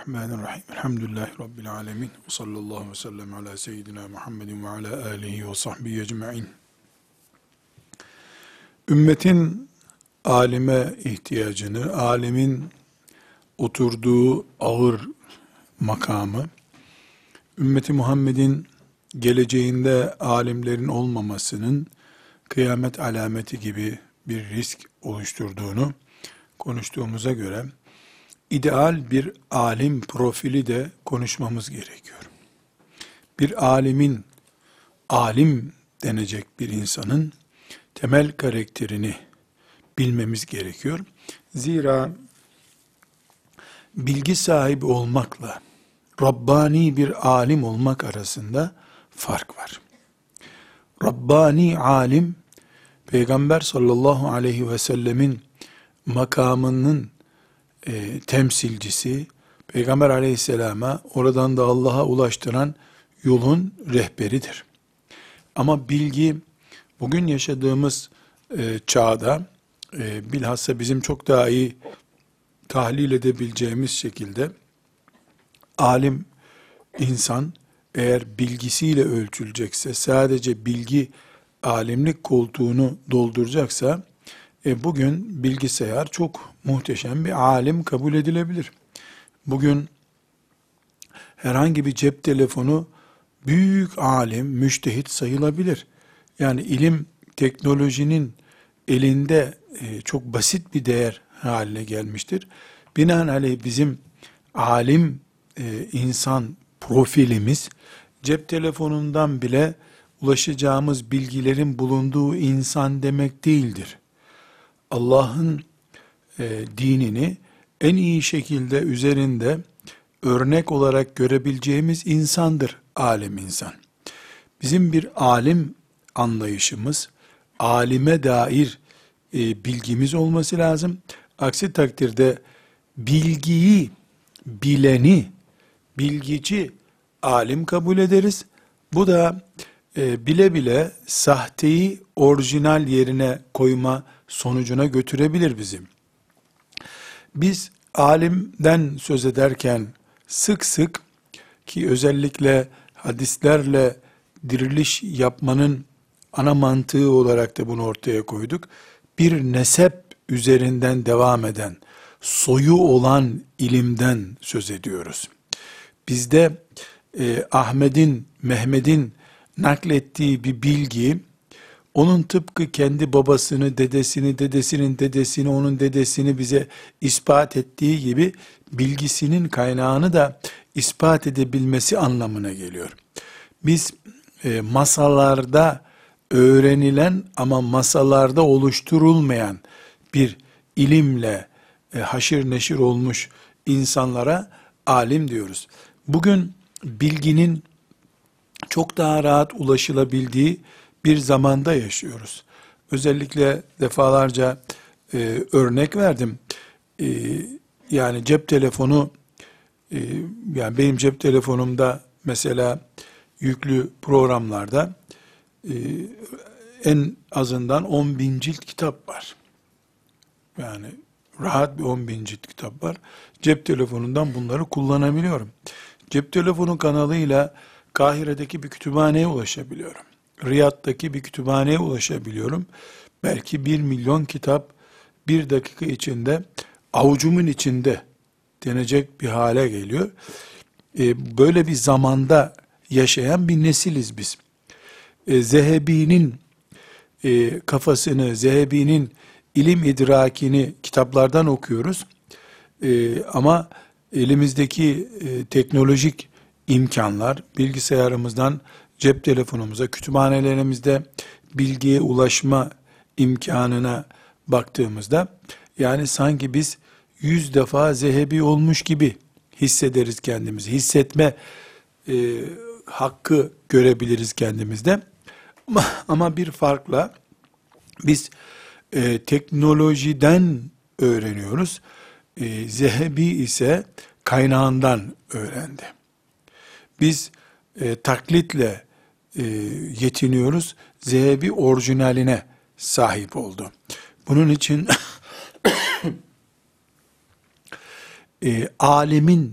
Bismillahirrahmanirrahim. Elhamdülillahi Rabbil alemin. Ve sallallahu aleyhi ve sellem ala seyyidina Muhammedin ve ala alihi ve sahbihi ecma'in. Ümmetin alime ihtiyacını, alimin oturduğu ağır makamı, ümmeti Muhammed'in geleceğinde alimlerin olmamasının kıyamet alameti gibi bir risk oluşturduğunu konuştuğumuza göre, İdeal bir alim profili de konuşmamız gerekiyor. Bir alimin, alim denecek bir insanın temel karakterini bilmemiz gerekiyor. Zira bilgi sahibi olmakla Rabbani bir alim olmak arasında fark var. Rabbani alim, Peygamber sallallahu aleyhi ve sellemin makamının temsilcisi, Peygamber aleyhisselama oradan da Allah'a ulaştıran yolun rehberidir. Ama bilgi bugün yaşadığımız çağda bilhassa bizim çok daha iyi tahlil edebileceğimiz şekilde alim insan eğer bilgisiyle ölçülecekse, sadece bilgi alimlik koltuğunu dolduracaksa, bugün bilgisayar çok muhteşem bir alim kabul edilebilir. Bugün herhangi bir cep telefonu büyük alim, müştehit sayılabilir. Yani ilim teknolojinin elinde çok basit bir değer haline gelmiştir. Binaenaleyh bizim alim insan profilimiz cep telefonundan bile ulaşacağımız bilgilerin bulunduğu insan demek değildir. Allah'ın dinini en iyi şekilde üzerinde örnek olarak görebileceğimiz insandır alim insan. Bizim bir alim anlayışımız, alime dair bilgimiz olması lazım. Aksi takdirde bilgiyi bileni, bilgici alim kabul ederiz. Bu da bile bile sahteyi orijinal yerine koyma sonucuna götürebilir bizim. Biz alimden söz ederken sık sık, ki özellikle hadislerle diriliş yapmanın ana mantığı olarak da bunu ortaya koyduk, bir nesep üzerinden devam eden, soyu olan ilimden söz ediyoruz. Bizde Ahmet'in, Mehmet'in naklettiği bir bilgi, onun tıpkı kendi babasını, dedesini, dedesinin dedesini, onun dedesini bize ispat ettiği gibi bilgisinin kaynağını da ispat edebilmesi anlamına geliyor. Biz masalarda öğrenilen ama masalarda oluşturulmayan bir ilimle haşir neşir olmuş insanlara alim diyoruz. Bugün bilginin çok daha rahat ulaşılabildiği bir zamanda yaşıyoruz. Özellikle defalarca örnek verdim. Yani cep telefonu, yani benim cep telefonumda mesela yüklü programlarda en azından 10 bin cilt kitap var. Yani rahat bir 10 bin cilt kitap var. Cep telefonundan bunları kullanabiliyorum. Cep telefonu kanalıyla Kahire'deki bir kütüphaneye ulaşabiliyorum. Riyad'daki bir kütüphaneye ulaşabiliyorum. Belki 1 milyon kitap bir dakika içinde avucumun içinde denecek bir hale geliyor. Böyle bir zamanda yaşayan bir nesiliz biz. Zehebi'nin kafasını, Zehebi'nin ilim idrakini kitaplardan okuyoruz. Ama elimizdeki teknolojik imkanlar, bilgisayarımızdan cep telefonumuza, kütüphanelerimizde bilgiye ulaşma imkanına baktığımızda, yani sanki biz 100 defa Zehebi olmuş gibi hissederiz kendimizi. Hissetme hakkı görebiliriz kendimizde. Ama bir farkla biz teknolojiden öğreniyoruz. Zehebi ise kaynağından öğrendi. Biz taklitle yetiniyoruz. Zehebi orijinaline sahip oldu. Bunun için alimin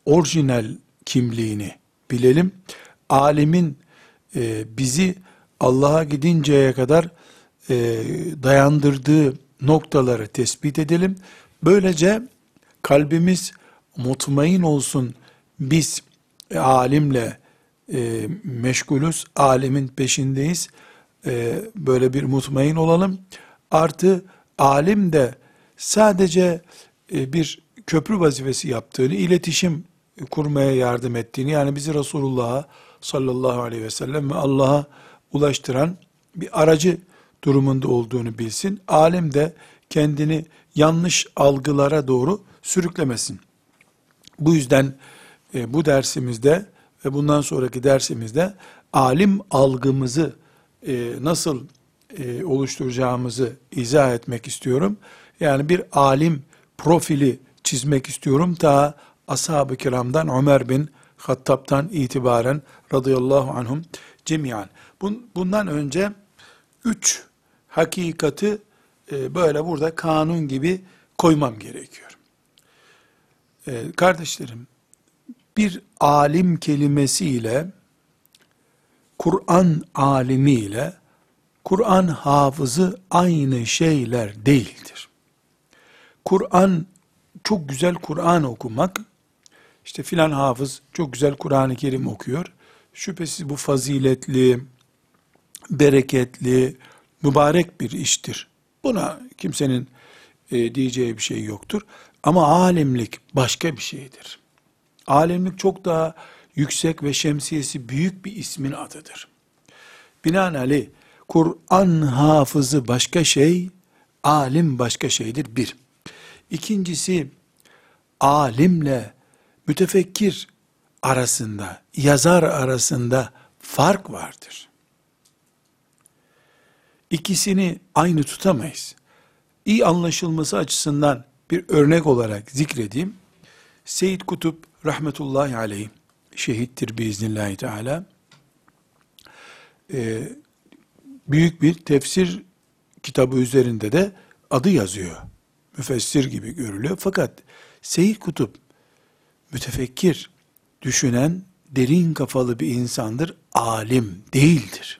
orijinal kimliğini bilelim. Alimin bizi Allah'a gidinceye kadar dayandırdığı noktaları tespit edelim. Böylece kalbimiz mutmain olsun. Biz alimle meşgulüz, alimin peşindeyiz. Böyle bir mutmain olalım. Artı alim de sadece bir köprü vazifesi yaptığını, iletişim kurmaya yardım ettiğini, yani bizi Resulullah'a sallallahu aleyhi ve sellem ve Allah'a ulaştıran bir aracı durumunda olduğunu bilsin. Alim de kendini yanlış algılara doğru sürüklemesin. Bu yüzden bu dersimizde ve bundan sonraki dersimizde alim algımızı nasıl oluşturacağımızı izah etmek istiyorum. Yani bir alim profili çizmek istiyorum. Ta ashab-ı kiramdan Ömer bin Hattab'tan itibaren radıyallahu anhum cemiyan. Bundan önce 3 hakikati böyle burada kanun gibi koymam gerekiyor. Kardeşlerim, bir alim kelimesiyle Kur'an alimiyle Kur'an hafızı aynı şeyler değildir. Çok güzel Kur'an okumak, işte filan hafız çok güzel Kur'an-ı Kerim okuyor. Şüphesiz bu faziletli, bereketli, mübarek bir iştir. Buna kimsenin diyeceği bir şey yoktur. Ama alimlik başka bir şeydir. Alimlik çok daha yüksek ve şemsiyesi büyük bir ismin adıdır. Binaenaleyh Kur'an hafızı başka şey, alim başka şeydir bir. İkincisi, alimle mütefekkir arasında, yazar arasında fark vardır. İkisini aynı tutamayız. İyi anlaşılması açısından bir örnek olarak zikredeyim. Seyyid Kutup rahmetullahi aleyh, şehittir biiznillahü teala, büyük bir tefsir kitabı üzerinde de adı yazıyor. Müfessir gibi görülüyor. Fakat Seyyid Kutup mütefekkir, düşünen, derin kafalı bir insandır. Alim değildir.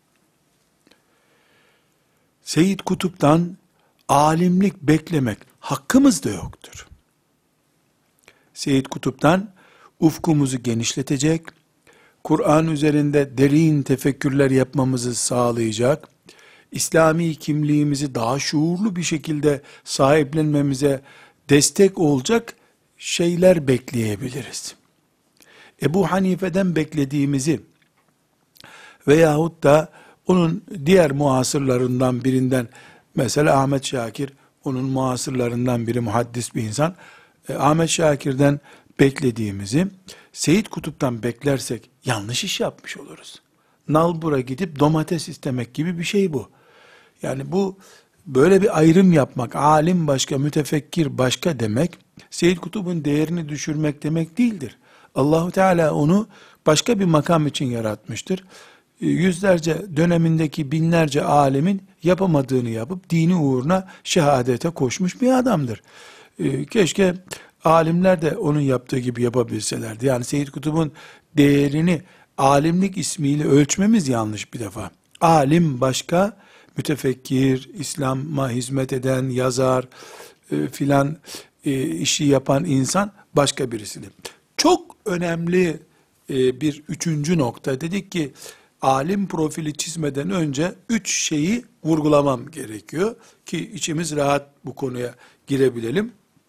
Seyyid Kutup'tan alimlik beklemek hakkımız da yoktur. Seyyid Kutup'tan ufkumuzu genişletecek, Kur'an üzerinde derin tefekkürler yapmamızı sağlayacak, İslami kimliğimizi daha şuurlu bir şekilde sahiplenmemize destek olacak şeyler bekleyebiliriz. Ebu Hanife'den beklediğimizi veyahut da onun diğer muasırlarından birinden, mesela Ahmet Şakir, onun muasırlarından biri, muhaddis bir insan, Ahmet Şakir'den beklediğimizi Seyyid Kutup'tan beklersek yanlış iş yapmış oluruz. Nalbur'a gidip domates istemek gibi bir şey bu. Yani bu, böyle bir ayrım yapmak, alim başka, mütefekkir başka demek, Seyyid Kutup'un değerini düşürmek demek değildir. Allahu Teala onu başka bir makam için yaratmıştır. Yüzlerce, dönemindeki binlerce alemin yapamadığını yapıp dini uğruna şehadete koşmuş bir adamdır. Keşke alimler de onun yaptığı gibi yapabilselerdi. Yani Seyyid Kutup'un değerini alimlik ismiyle ölçmemiz yanlış bir defa. Alim başka, mütefekkir, İslam'a hizmet eden, yazar filan işi yapan insan başka birisidir. Çok önemli bir üçüncü nokta, dedik ki alim profili çizmeden önce 3 şeyi vurgulamam gerekiyor ki içimiz rahat bu konuya girebilelim.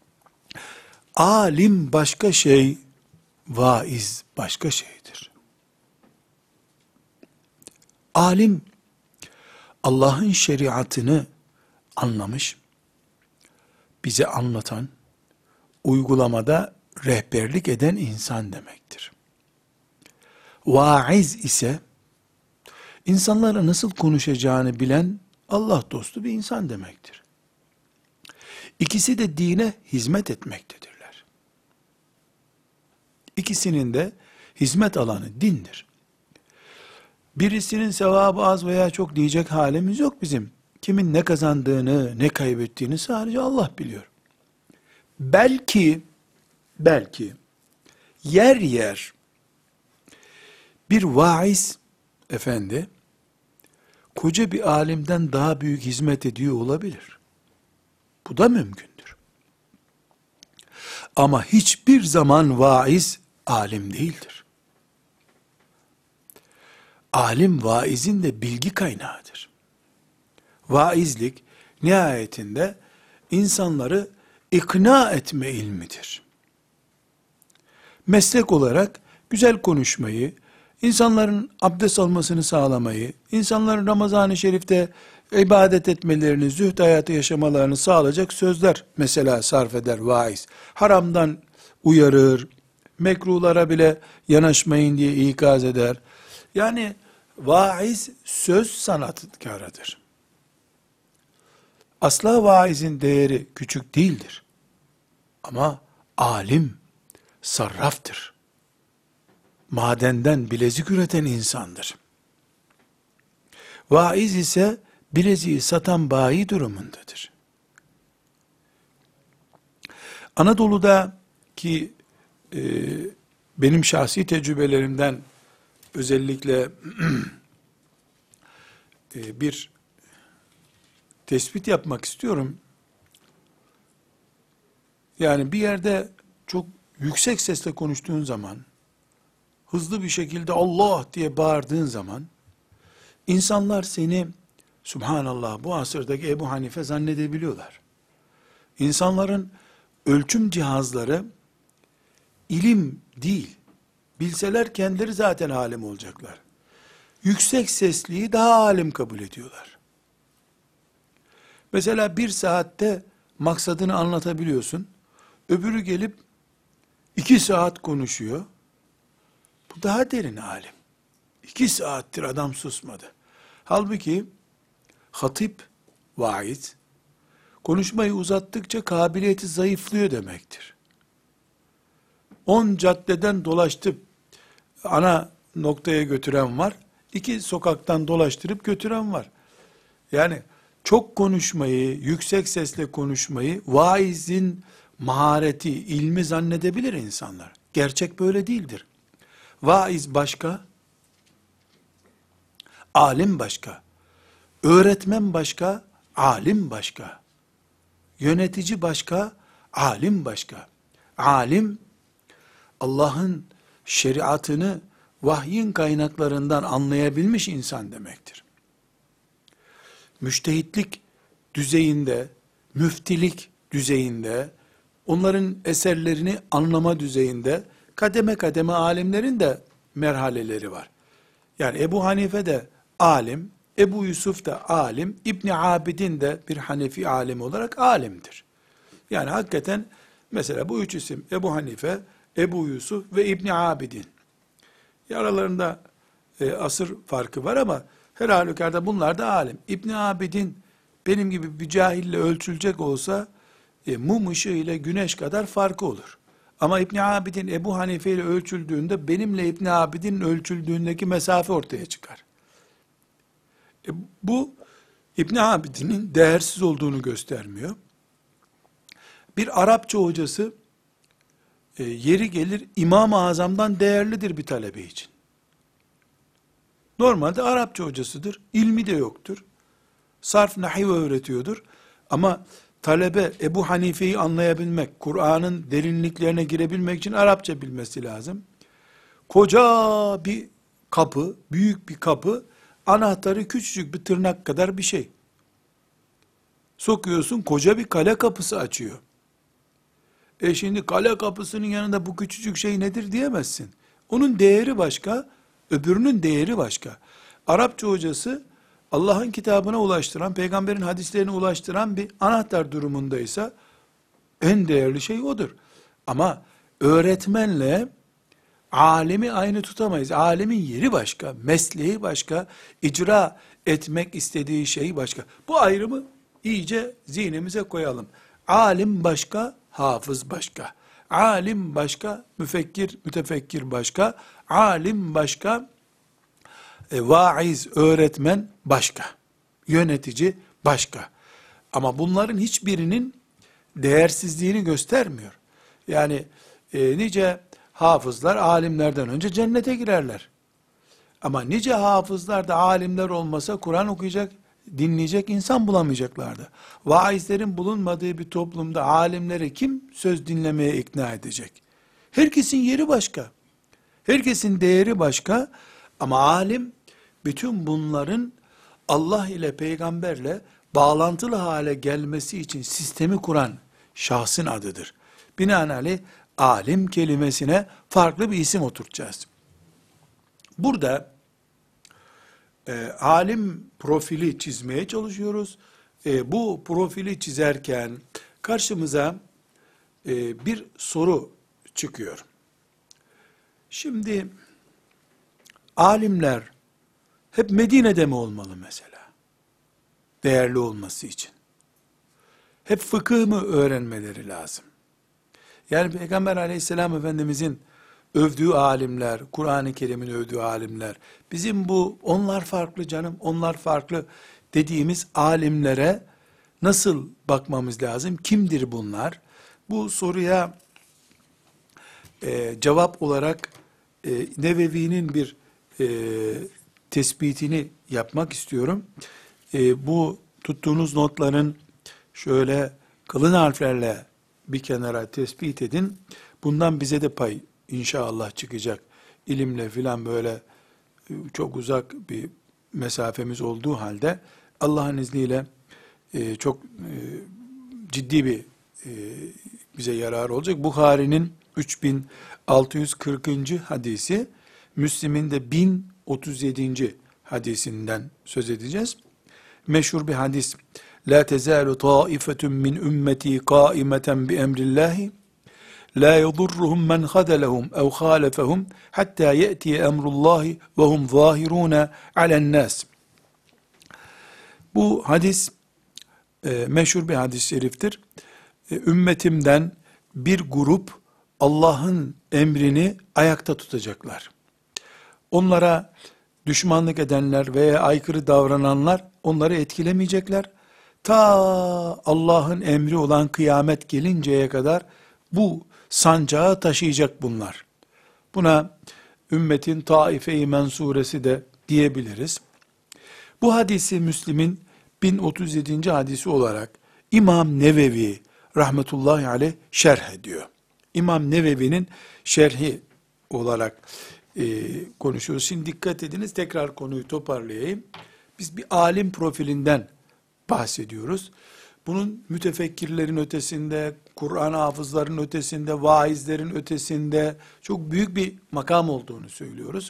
Alim başka şey, vaiz başka şeydir. Alim, Allah'ın şeriatını anlamış, bize anlatan, uygulamada rehberlik eden insan demektir. Vaiz ise, insanlara nasıl konuşacağını bilen Allah dostu bir insan demektir. İkisi de dine hizmet etmektedirler. İkisinin de hizmet alanı dindir. Birisinin sevabı az veya çok diyecek halimiz yok bizim. Kimin ne kazandığını, ne kaybettiğini sadece Allah biliyor. Belki yer yer bir vaiz efendi, koca bir alimden daha büyük hizmet ediyor olabilir. Bu da mümkündür. Ama hiçbir zaman vaiz alim değildir. Alim vaizin de bilgi kaynağıdır. Vaizlik nihayetinde insanları ikna etme ilmidir. Meslek olarak güzel konuşmayı, insanların abdest almasını sağlamayı, insanların Ramazan-ı Şerif'te ibadet etmelerini, zühd hayatı yaşamalarını sağlayacak sözler mesela sarf eder vaiz. Haramdan uyarır, mekruhlara bile yanaşmayın diye ikaz eder. Yani vaiz söz sanatkarıdır. Asla vaizin değeri küçük değildir. Ama alim sarraftır. Madenden bilezik üreten insandır. Vaiz ise bileziği satan bayi durumundadır. Anadolu'da ki benim şahsi tecrübelerimden özellikle bir tespit yapmak istiyorum. Yani bir yerde çok yüksek sesle konuştuğun zaman, hızlı bir şekilde Allah diye bağırdığın zaman, insanlar seni, Subhanallah, bu asırdaki Ebu Hanife zannedebiliyorlar. İnsanların ölçüm cihazları, ilim değil, bilseler kendileri zaten alim olacaklar. Yüksek sesliyi daha alim kabul ediyorlar. Mesela bir saatte maksadını anlatabiliyorsun, öbürü gelip 2 saat konuşuyor, bu daha derin alim. 2 saattir adam susmadı. Halbuki hatip, vaiz, konuşmayı uzattıkça kabiliyeti zayıflıyor demektir. 10 caddeden dolaştıp ana noktaya götüren var, 2 sokaktan dolaştırıp götüren var. Yani çok konuşmayı, yüksek sesle konuşmayı, vaizin mahareti, ilmi zannedebilir insanlar. Gerçek böyle değildir. Vaiz başka, alim başka, öğretmen başka, alim başka, yönetici başka, alim başka. Alim, Allah'ın şeriatını vahyin kaynaklarından anlayabilmiş insan demektir. Müştehitlik düzeyinde, müftilik düzeyinde, onların eserlerini anlama düzeyinde, kademe kademe alimlerin de merhaleleri var. Yani Ebu Hanife de alim, Ebu Yusuf da alim, İbni Abidin de bir Hanefi alim olarak alimdir. Yani hakikaten mesela bu 3 isim Ebu Hanife, Ebu Yusuf ve İbni Abidin. Aralarında asır farkı var ama her halükarda bunlar da alim. İbni Abidin benim gibi bir cahille ölçülecek olsa mum ışığı ile güneş kadar farkı olur. Ama İbni Abidin Ebu Hanife ile ölçüldüğünde benimle İbni Abidin ölçüldüğündeki mesafe ortaya çıkar. Bu İbni Abidin'in değersiz olduğunu göstermiyor. Bir Arapça hocası yeri gelir İmam-ı Azam'dan değerlidir bir talebe için. Normalde Arapça hocasıdır, ilmi de yoktur. Sarf, nahiv öğretiyordur. Ama talebe Ebu Hanife'yi anlayabilmek, Kur'an'ın derinliklerine girebilmek için Arapça bilmesi lazım. Koca bir kapı, büyük bir kapı, anahtarı küçücük bir tırnak kadar bir şey. Sokuyorsun, koca bir kale kapısı açıyor. Şimdi kale kapısının yanında bu küçücük şey nedir diyemezsin. Onun değeri başka, öbürünün değeri başka. Arapça hocası Allah'ın kitabına ulaştıran, peygamberin hadislerine ulaştıran bir anahtar durumundaysa en değerli şey odur. Ama öğretmenle alimi aynı tutamayız. Alimin yeri başka, mesleği başka, icra etmek istediği şey başka. Bu ayrımı iyice zihnimize koyalım. Alim başka, hafız başka. Alim başka, müfekkir, mütefekkir başka. Alim başka, vaiz, öğretmen başka. Yönetici başka. Ama bunların hiçbirinin değersizliğini göstermiyor. Yani nice hafızlar alimlerden önce cennete girerler. Ama nice hafızlar da alimler olmasa Kur'an okuyacak, dinleyecek insan bulamayacaklardı. Vaizlerin bulunmadığı bir toplumda alimleri kim söz dinlemeye ikna edecek? Herkesin yeri başka. Herkesin değeri başka. Ama alim bütün bunların Allah ile peygamberle bağlantılı hale gelmesi için sistemi kuran şahsın adıdır. Binaenaleyh alim kelimesine farklı bir isim oturtacağız. Burada alim profili çizmeye çalışıyoruz. Bu profili çizerken karşımıza bir soru çıkıyor. Şimdi alimler hep Medine'de mi olmalı mesela? Değerli olması için. Hep fıkıh mı öğrenmeleri lazım? Yani Peygamber aleyhisselam Efendimizin övdüğü alimler, Kur'an-ı Kerim'in övdüğü alimler, bizim bu onlar farklı canım, onlar farklı dediğimiz alimlere nasıl bakmamız lazım? Kimdir bunlar? Bu soruya cevap olarak Nevevi'nin bir tespitini yapmak istiyorum. Bu tuttuğunuz notların şöyle kalın harflerle bir kenara tespit edin. Bundan bize de pay inşallah çıkacak. İlimle filan böyle çok uzak bir mesafemiz olduğu halde Allah'ın izniyle çok ciddi bir bize yarar olacak. Buhari'nin 3640. hadisi, Müslim'in de 1037. hadisinden söz edeceğiz. Meşhur bir hadis. La tezalu taifetun min ümmeti kaimeten bi emrillahi la yadurruhum men khadalahum ev khalafahum hatta ye'tiye emrullahi ve hum zahiruna alen nas. Bu hadis meşhur bir hadis-i şeriftir. Ümmetimden bir grup Allah'ın emrini ayakta tutacaklar. Onlara düşmanlık edenler veya aykırı davrananlar onları etkilemeyecekler. Ta Allah'ın emri olan kıyamet gelinceye kadar bu sancağı taşıyacak bunlar. Buna ümmetin taife-i mensuresi de diyebiliriz. Bu hadisi Müslim'in 1037. hadisi olarak İmam Nevevi rahmetullahi aleyh şerh ediyor. İmam Nevevi'nin şerhi olarak konuşuyoruz. Şimdi dikkat ediniz, tekrar konuyu toparlayayım. Biz bir alim profilinden bahsediyoruz. Bunun mütefekkirlerin ötesinde, Kur'an hafızların ötesinde, vaizlerin ötesinde çok büyük bir makam olduğunu söylüyoruz.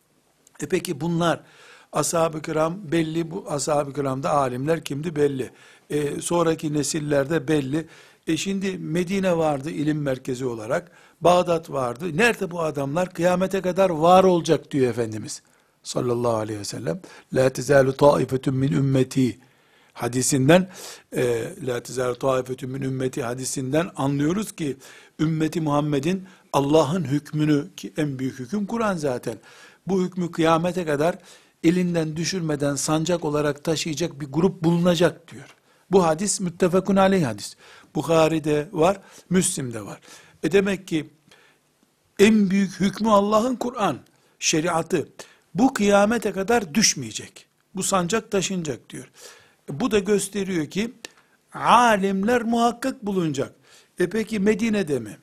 Peki bunlar ashab-ı kiram belli, bu ashab-ı kiramda alimler kimdi belli. Sonraki nesillerde belli. Şimdi Medine vardı ilim merkezi olarak, Bağdat vardı. Nerede bu adamlar? Kıyamete kadar var olacak diyor Efendimiz sallallahu aleyhi ve sellem. La tezalu taifetun min ümmeti hadisinden, la tezalu taifetun min ümmeti hadisinden anlıyoruz ki ümmeti Muhammed'in Allah'ın hükmünü, ki en büyük hüküm Kur'an zaten, bu hükmü kıyamete kadar elinden düşürmeden sancak olarak taşıyacak bir grup bulunacak diyor. Bu hadis müttefekun aleyh hadis. Buhari'de var, Müslim'de var. Demek ki en büyük hükmü Allah'ın Kur'an, şeriatı. Bu kıyamete kadar düşmeyecek. Bu sancak taşınacak diyor. Bu da gösteriyor ki alimler muhakkak bulunacak. Peki Medine'de mi?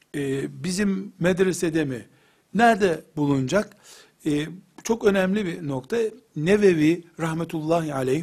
Bizim medresede mi? Nerede bulunacak? Çok önemli bir nokta. Nevevi rahmetullahi aleyh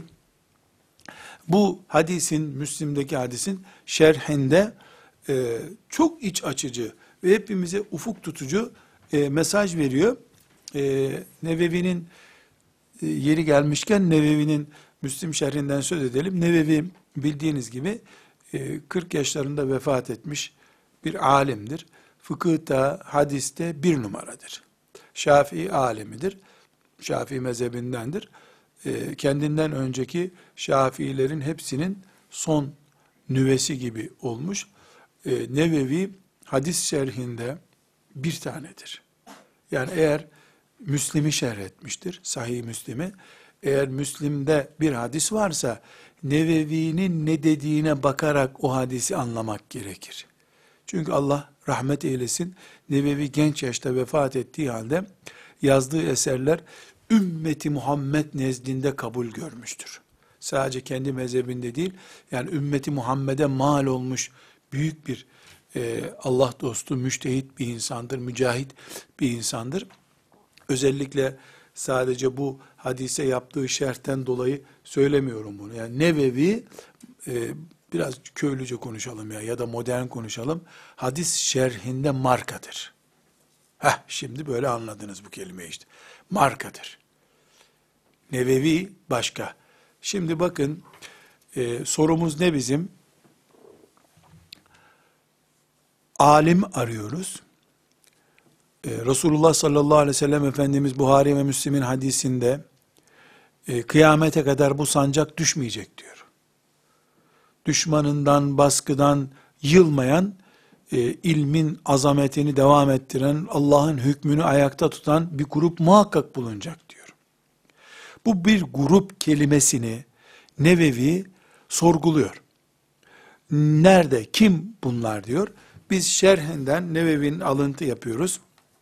bu hadisin, Müslim'deki hadisin şerhinde çok iç açıcı ve hepimize ufuk tutucu mesaj veriyor. Nevevi'nin yeri gelmişken Nevevi'nin Müslim şerhinden söz edelim. Nevevi bildiğiniz gibi 40 yaşlarında vefat etmiş bir alimdir. Fıkıhta, hadiste bir numaradır. Şafii alimidir. Şafii mezhebindendir. Kendinden önceki Şafiilerin hepsinin son nüvesi gibi olmuş. Nevevi hadis şerhinde bir tanedir. Yani eğer Müslim'i şerh etmiştir, Sahih Müslim'i, eğer Müslim'de bir hadis varsa Nevevi'nin ne dediğine bakarak o hadisi anlamak gerekir. Çünkü Allah rahmet eylesin, Nevevi genç yaşta vefat ettiği halde yazdığı eserler ümmeti Muhammed nezdinde kabul görmüştür. Sadece kendi mezhebinde değil, yani ümmeti Muhammed'e mal olmuş büyük bir Allah dostu, müçtehit bir insandır, mücahit bir insandır. Özellikle sadece bu hadise yaptığı şerhten dolayı söylemiyorum bunu. Yani Nevevi, biraz köylüce konuşalım ya da modern konuşalım, hadis şerhinde markadır. Şimdi böyle anladınız bu kelimeyi işte. Markadır. Nevevi başka. Şimdi bakın, sorumuz ne bizim? Alim arıyoruz. Resulullah sallallahu aleyhi ve sellem Efendimiz Buhari ve Müslim'in hadisinde kıyamete kadar bu sancak düşmeyecek diyor. Düşmanından, baskıdan yılmayan, ilmin azametini devam ettiren, Allah'ın hükmünü ayakta tutan bir grup muhakkak bulunacak diyor. Bu bir grup kelimesini Nevevi sorguluyor. Nerede, kim bunlar diyor. Biz şerhinden Nevevi'nin alıntı yapıyoruz.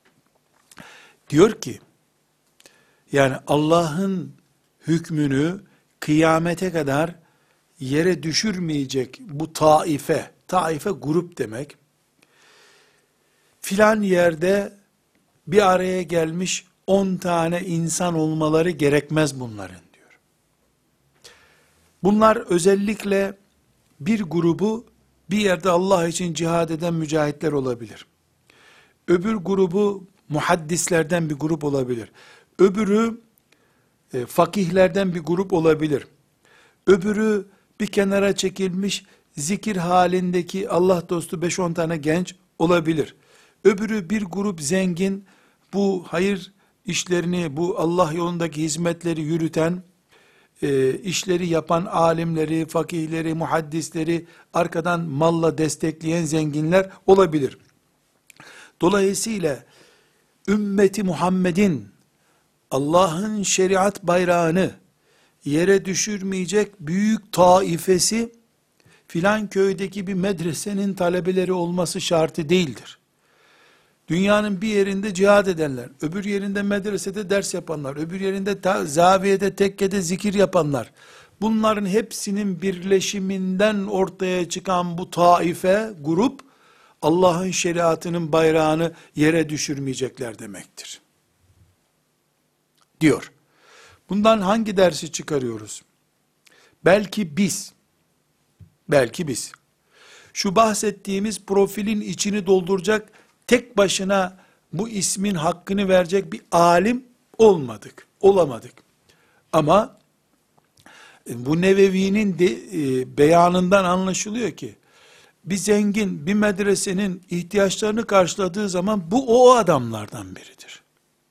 Diyor ki, yani Allah'ın hükmünü kıyamete kadar yere düşürmeyecek bu taife, taife grup demek, filan yerde bir araya gelmiş 10 tane insan olmaları gerekmez bunların diyor. Bunlar özellikle bir grubu bir yerde Allah için cihad eden mücahitler olabilir. Öbür grubu muhaddislerden bir grup olabilir. Öbürü fakihlerden bir grup olabilir. Öbürü bir kenara çekilmiş zikir halindeki Allah dostu 5-10 tane genç olabilir. Öbürü bir grup zengin, bu hayır işlerini, bu Allah yolundaki hizmetleri yürüten, işleri yapan alimleri, fakihleri, muhaddisleri arkadan malla destekleyen zenginler olabilir. Dolayısıyla ümmeti Muhammed'in Allah'ın şeriat bayrağını yere düşürmeyecek büyük taifesi filan köydeki bir medresenin talebeleri olması şartı değildir. Dünyanın bir yerinde cihad edenler, öbür yerinde medresede ders yapanlar, öbür yerinde zaviyede, tekkede zikir yapanlar, bunların hepsinin birleşiminden ortaya çıkan bu taife, grup, Allah'ın şeriatının bayrağını yere düşürmeyecekler demektir. Diyor. Bundan hangi dersi çıkarıyoruz? Belki biz, şu bahsettiğimiz profilin içini dolduracak, tek başına bu ismin hakkını verecek bir alim olamadık. Ama bu Nevevi'nin beyanından anlaşılıyor ki, bir zengin bir medresenin ihtiyaçlarını karşıladığı zaman bu o adamlardan biridir.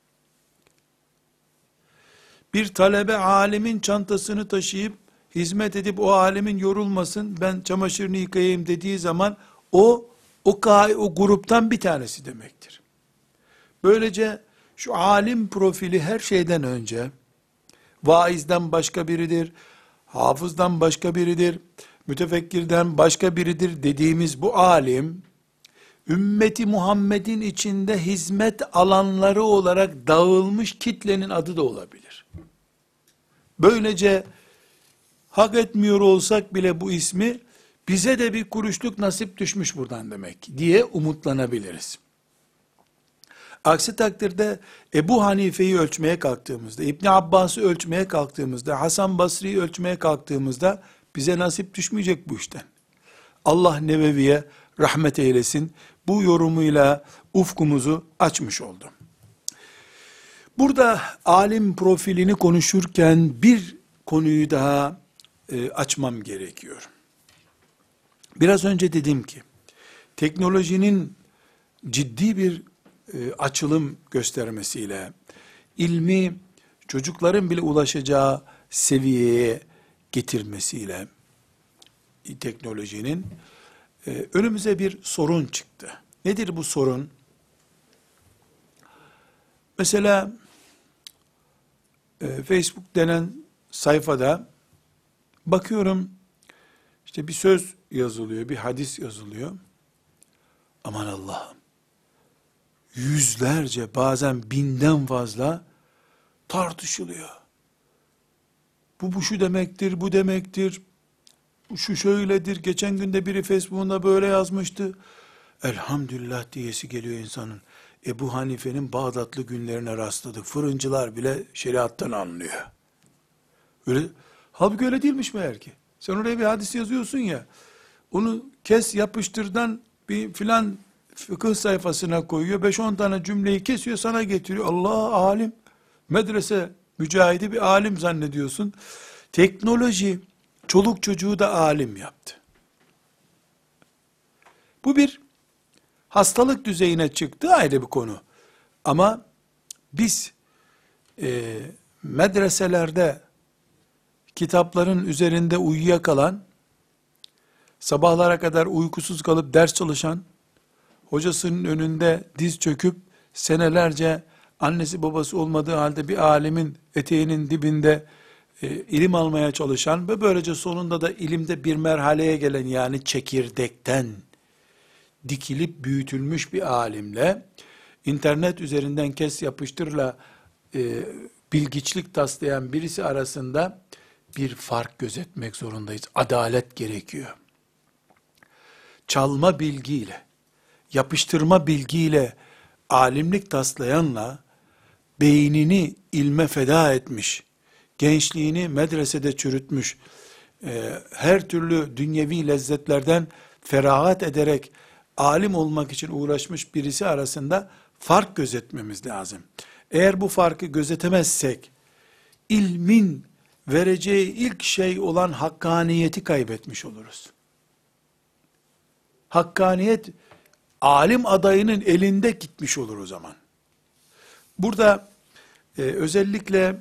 Bir talebe alimin çantasını taşıyıp hizmet edip o alimin yorulmasın, ben çamaşırını yıkayayım dediği zaman o gruptan bir tanesi demektir. Böylece şu alim profili her şeyden önce vaizden başka biridir, hafızdan başka biridir, mütefekkirden başka biridir dediğimiz bu alim, ümmeti Muhammed'in içinde hizmet alanları olarak dağılmış kitlenin adı da olabilir. Böylece hak etmiyor olsak bile bu ismi, bize de bir kuruşluk nasip düşmüş buradan demek diye umutlanabiliriz. Aksi takdirde Ebu Hanife'yi ölçmeye kalktığımızda, İbn Abbas'ı ölçmeye kalktığımızda, Hasan Basri'yi ölçmeye kalktığımızda bize nasip düşmeyecek bu işten. Allah Nevevi'ye rahmet eylesin. Bu yorumuyla ufkumuzu açmış oldu. Burada alim profilini konuşurken bir konuyu daha açmam gerekiyor. Biraz önce dedim ki, teknolojinin ciddi bir açılım göstermesiyle, ilmi çocukların bile ulaşacağı seviyeye getirmesiyle, teknolojinin önümüze bir sorun çıktı. Nedir bu sorun? Mesela Facebook denen sayfada bakıyorum, işte bir söz yazılıyor, bir hadis yazılıyor. Aman Allah'ım. Yüzlerce, bazen binden fazla tartışılıyor. Bu şu demektir, bu demektir. Şu şöyledir. Geçen günde biri Facebook'unda böyle yazmıştı. Elhamdülillah diyesi geliyor insanın. Ebu Hanife'nin Bağdatlı günlerine rastladık. Fırıncılar bile şeriattan anlıyor. Öyle, halbuki öyle değilmiş meğer ki. Sen oraya bir hadis yazıyorsun ya, onu kes yapıştırdan bir filan fıkıh sayfasına koyuyor. 5-10 tane cümleyi kesiyor, sana getiriyor. Allah, alim. Medrese mücahidi bir alim zannediyorsun. Teknoloji çoluk çocuğu da alim yaptı. Bu bir hastalık düzeyine çıktı, ayrı bir konu. Ama biz medreselerde kitapların üzerinde uyuyakalan, sabahlara kadar uykusuz kalıp ders çalışan, hocasının önünde diz çöküp senelerce annesi babası olmadığı halde bir alimin eteğinin dibinde ilim almaya çalışan ve böylece sonunda da ilimde bir merhaleye gelen, yani çekirdekten dikilip büyütülmüş bir alimle internet üzerinden kes yapıştırla bilgiçlik taslayan birisi arasında bir fark gözetmek zorundayız. Adalet gerekiyor. Çalma bilgiyle, yapıştırma bilgiyle alimlik taslayanla beynini ilme feda etmiş, gençliğini medresede çürütmüş, her türlü dünyevi lezzetlerden feragat ederek alim olmak için uğraşmış birisi arasında fark gözetmemiz lazım. Eğer bu farkı gözetemezsek, ilmin vereceği ilk şey olan hakkaniyeti kaybetmiş oluruz. Hakkaniyet, alim adayının elinde gitmiş olur o zaman. Burada özellikle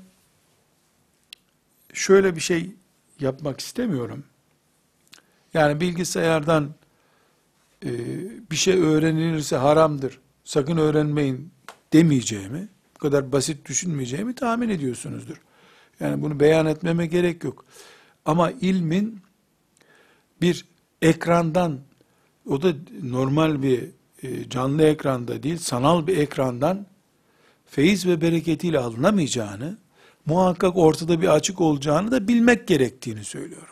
şöyle bir şey yapmak istemiyorum. Yani bilgisayardan bir şey öğrenilirse haramdır, sakın öğrenmeyin demeyeceğimi, bu kadar basit düşünmeyeceğimi tahmin ediyorsunuzdur. Yani bunu beyan etmeme gerek yok. Ama ilmin bir ekrandan, o da normal bir canlı ekranda değil, sanal bir ekrandan feyiz ve bereketiyle alınamayacağını, muhakkak ortada bir açık olacağını da bilmek gerektiğini söylüyorum.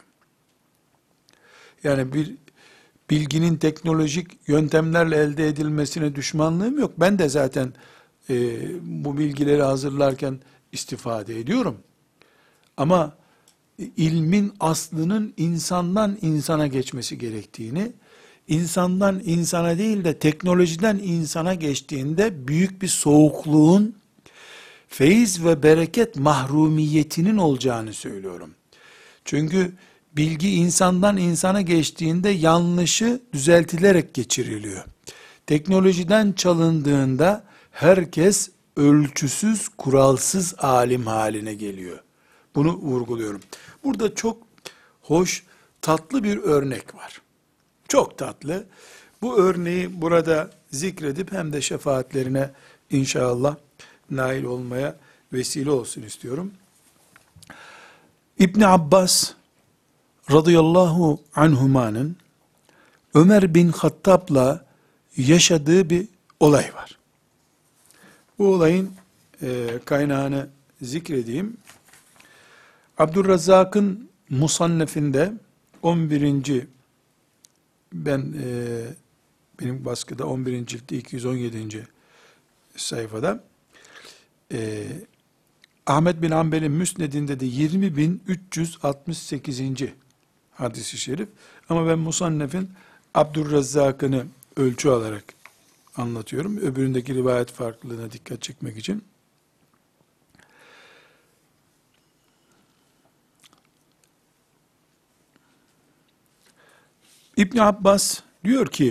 Yani bir bilginin teknolojik yöntemlerle elde edilmesine düşmanlığım yok. Ben de zaten bu bilgileri hazırlarken istifade ediyorum. Ama ilmin aslının insandan insana geçmesi gerektiğini, insandan insana değil de teknolojiden insana geçtiğinde büyük bir soğukluğun, feyiz ve bereket mahrumiyetinin olacağını söylüyorum. Çünkü bilgi insandan insana geçtiğinde yanlışı düzeltilerek geçiriliyor. Teknolojiden çalındığında herkes ölçüsüz, kuralsız alim haline geliyor. Bunu vurguluyorum. Burada çok hoş, tatlı bir örnek var. Çok tatlı. Bu örneği burada zikredip hem de şefaatlerine inşallah nail olmaya vesile olsun istiyorum. İbn Abbas radıyallahu anhumanın Ömer bin Hattab'la yaşadığı bir olay var. Bu olayın kaynağını zikredeyim. Abdurrazzak'ın Musannef'inde 11. Benim baskıda 11. ciltte 217. sayfada Ahmet bin Hanbel'in Müsned'inde de 20.368. hadis-i şerif. Ama ben Musannef'in Abdurrazzak'ını ölçü alarak anlatıyorum. Öbüründeki rivayet farklılığına dikkat çekmek için. İbn Abbas diyor ki,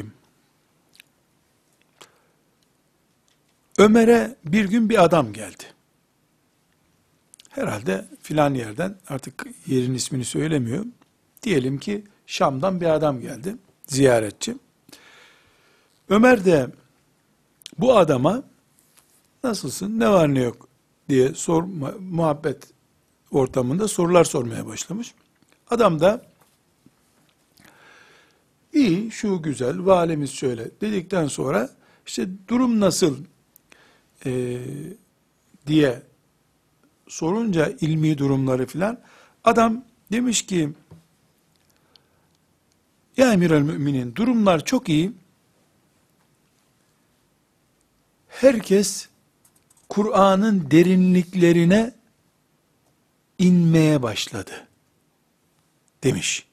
Ömer'e bir gün bir adam geldi. Herhalde filan yerden, artık yerin ismini söylemiyor. Diyelim ki Şam'dan bir adam geldi, ziyaretçi. Ömer de bu adama nasılsın, ne var ne yok diye muhabbet ortamında sorular sormaya başlamış. Adam da İyi, şu güzel, valimiz şöyle dedikten sonra işte durum nasıl diye sorunca ilmi durumları filan, adam demiş ki ya Emirel Müminin, durumlar çok iyi. Herkes Kur'an'ın derinliklerine inmeye başladı demiş.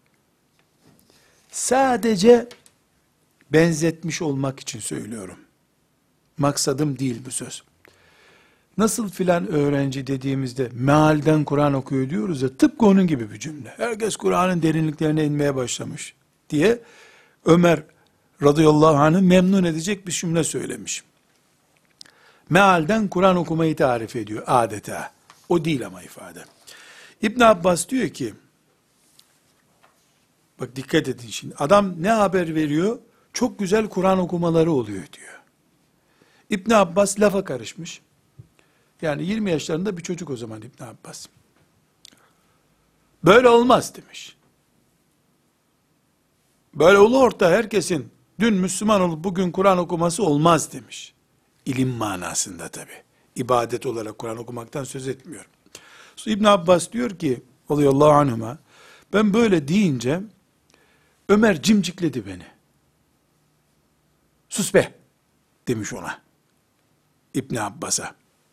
Sadece benzetmiş olmak için söylüyorum. Maksadım değil bu söz. Nasıl filan öğrenci dediğimizde mealden Kur'an okuyor diyoruz ya, tıpkı onun gibi bir cümle. Herkes Kur'an'ın derinliklerine inmeye başlamış diye Ömer radıyallahu anh'ı memnun edecek bir cümle söylemiş. Mealden Kur'an okumayı tarif ediyor adeta. O değil ama ifade. İbn Abbas diyor ki, bak dikkat edin şimdi, adam ne haber veriyor? Çok güzel Kur'an okumaları oluyor diyor. İbn Abbas lafa karışmış. Yani 20 yaşlarında bir çocuk o zaman İbn Abbas. Böyle olmaz demiş. Böyle olur da herkesin dün Müslüman olup bugün Kur'an okuması olmaz demiş. İlim manasında tabi. İbadet olarak Kur'an okumaktan söz etmiyorum. İbn Abbas diyor ki, radıyallahu anhuma, ben böyle deyince Ömer cimcikledi beni. Sus be demiş ona. İbn Abbas'a.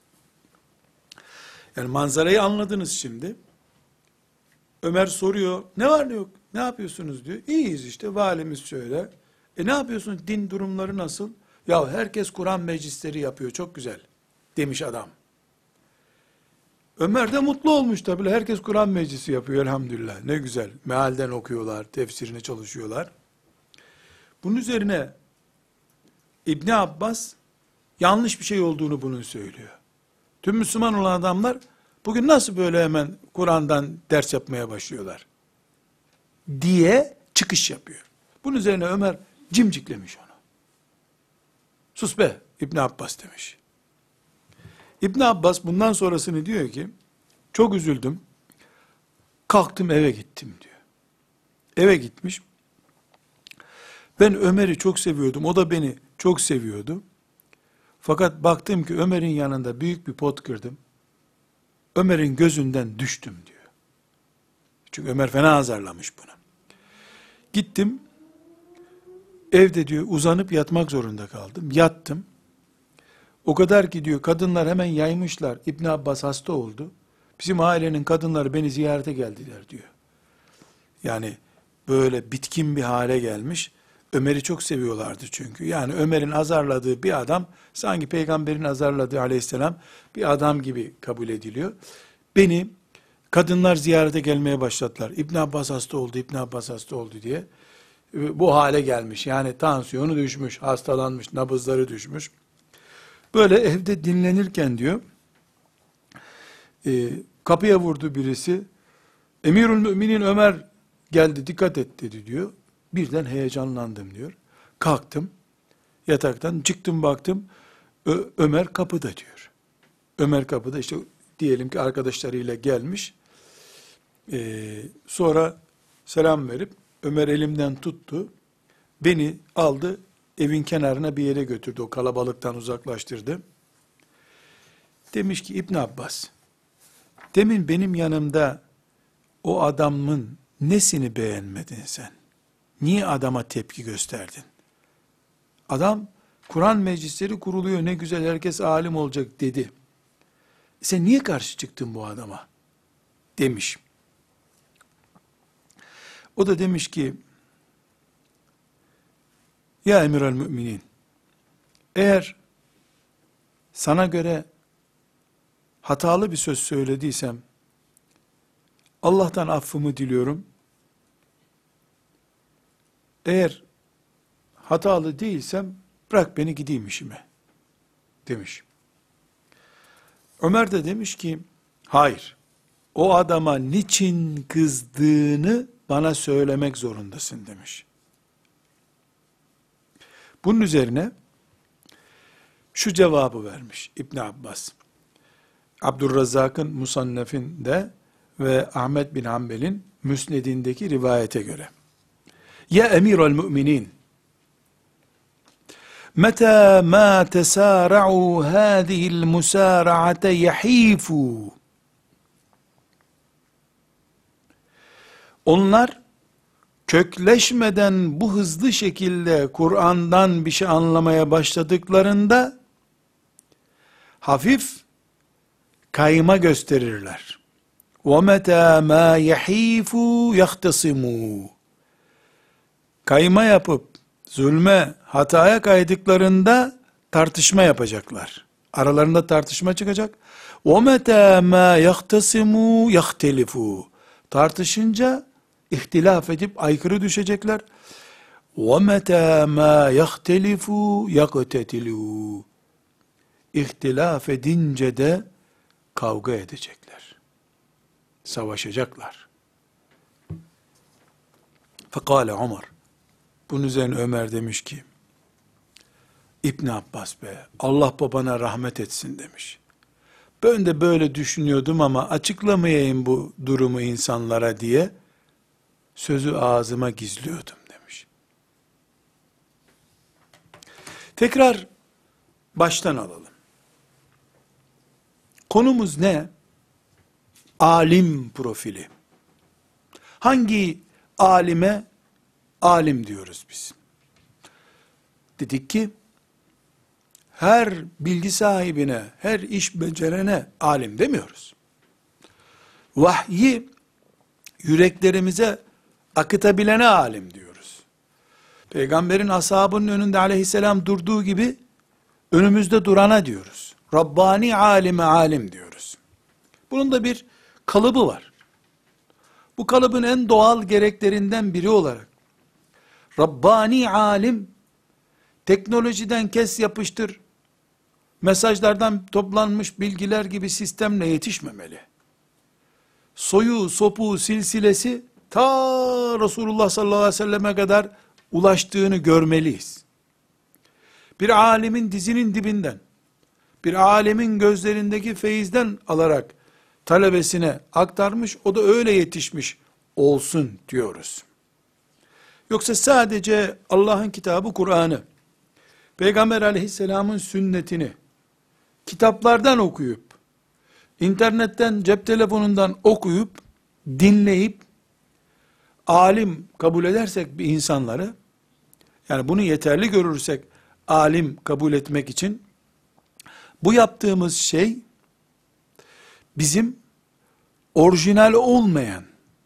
Yani manzarayı anladınız şimdi. Ömer soruyor, ne var ne yok, ne yapıyorsunuz diyor. İyiyiz işte, valimiz şöyle. Ne yapıyorsunuz, din durumları nasıl? Ya herkes Kur'an meclisleri yapıyor, çok güzel demiş adam. Ömer de mutlu olmuş tabii, herkes Kur'an meclisi yapıyor elhamdülillah, ne güzel. Mealden okuyorlar, tefsirine çalışıyorlar. Bunun üzerine İbni Abbas yanlış bir şey olduğunu bunun söylüyor. Tüm Müslüman olan adamlar bugün nasıl böyle hemen Kur'an'dan ders yapmaya başlıyorlar diye çıkış yapıyor. Bunun üzerine Ömer cimciklemiş onu. Sus be İbn Abbas demiş. İbn Abbas bundan sonrasını diyor ki, çok üzüldüm, kalktım eve gittim diyor. Eve gitmiş. Ben Ömer'i çok seviyordum, o da beni çok seviyordu. Fakat baktım ki Ömer'in yanında büyük bir pot kırdım. Ömer'in gözünden düştüm diyor. Çünkü Ömer fena azarlamış bunu. Gittim, evde diyor uzanıp yatmak zorunda kaldım. Yattım. O kadar ki diyor kadınlar hemen yaymışlar. İbn Abbas hasta oldu. Bizim ailenin kadınları beni ziyarete geldiler diyor. Yani böyle bitkin bir hale gelmiş. Ömer'i çok seviyorlardı çünkü. Yani Ömer'in azarladığı bir adam, sanki peygamberin azarladığı aleyhisselam bir adam gibi kabul ediliyor. Beni kadınlar ziyarete gelmeye başladılar. İbn Abbas hasta oldu, İbn Abbas hasta oldu diye. Bu hale gelmiş. Yani tansiyonu düşmüş, hastalanmış, nabızları düşmüş. Böyle evde dinlenirken diyor, kapıya vurdu birisi. Emirül Müminin Ömer geldi, dikkat et dedi diyor. Birden heyecanlandım diyor. Kalktım yataktan, çıktım baktım Ömer kapıda diyor. Ömer kapıda, işte diyelim ki arkadaşlarıyla gelmiş. Sonra selam verip Ömer elimden tuttu. Beni aldı, evin kenarına bir yere götürdü. O kalabalıktan uzaklaştırdı. Demiş ki İbn Abbas, demin benim yanımda o adamın nesini beğenmedin sen? Niye adama tepki gösterdin? Adam Kur'an meclisleri kuruluyor, ne güzel herkes alim olacak dedi. Sen niye karşı çıktın bu adama? Demiş. O da demiş ki, ya Emirel Müminin, eğer sana göre hatalı bir söz söylediysem, Allah'tan affımı diliyorum. Eğer hatalı değilsem, bırak beni gideyim işime, demiş. Ömer de demiş ki, hayır, o adama niçin kızdığını bana söylemek zorundasın demiş. Bunun üzerine şu cevabı vermiş İbn Abbas. Abdurrazzak'ın Musannef'inde ve Ahmet bin Hanbel'in Müsned'indeki rivayete göre. Ya emiral müminin, meta ma tesara'u hâzihil musâra'ate yahîfû. Onlar kökleşmeden bu hızlı şekilde Kur'an'dan bir şey anlamaya başladıklarında hafif kayma gösterirler. وَمَتَى مَا يَح۪يفُوا يَخْتَصِمُوا. Kayma yapıp zulme, hataya kaydıklarında tartışma yapacaklar. Aralarında tartışma çıkacak. وَمَتَى مَا يَخْتَصِمُوا يَخْتَلِفُوا. Tartışınca ihtilaf edip aykırı düşecekler. وَمَتَى مَا يَخْتَلِفُوا يَقْتَتِلُوا. İhtilaf edince de kavga edecekler. Savaşacaklar. Fekale Ömer. Bunun üzerine Ömer demiş ki, İbn Abbas be, Allah babana rahmet etsin demiş. Ben de böyle düşünüyordum ama açıklamayayım bu durumu insanlara diye sözü ağzıma gizliyordum demiş. Tekrar baştan alalım. Konumuz ne? Alim profili. Hangi alime alim diyoruz biz? Dedik ki, her bilgi sahibine, her iş becerene alim demiyoruz. Vahyi yüreklerimize akıtabilene alim diyoruz. Peygamberin ashabının önünde aleyhisselam durduğu gibi, önümüzde durana diyoruz. Rabbani alime alim diyoruz. Bunun da bir kalıbı var. Bu kalıbın en doğal gereklerinden biri olarak, Rabbani alim, teknolojiden kes yapıştır, mesajlardan toplanmış bilgiler gibi sistemle yetişmemeli. Soyu, sopu, silsilesi, ta Resulullah sallallahu aleyhi ve selleme kadar ulaştığını görmeliyiz. Bir alimin dizinin dibinden, bir alemin gözlerindeki feyizden alarak talebesine aktarmış, o da öyle yetişmiş olsun diyoruz. Yoksa sadece Allah'ın kitabı Kur'an'ı, Peygamber aleyhisselamın sünnetini kitaplardan okuyup, internetten, cep telefonundan okuyup, dinleyip, alim kabul edersek bir insanları, yani bunu yeterli görürsek alim kabul etmek için, bu yaptığımız şey, bizim orijinal olmayan,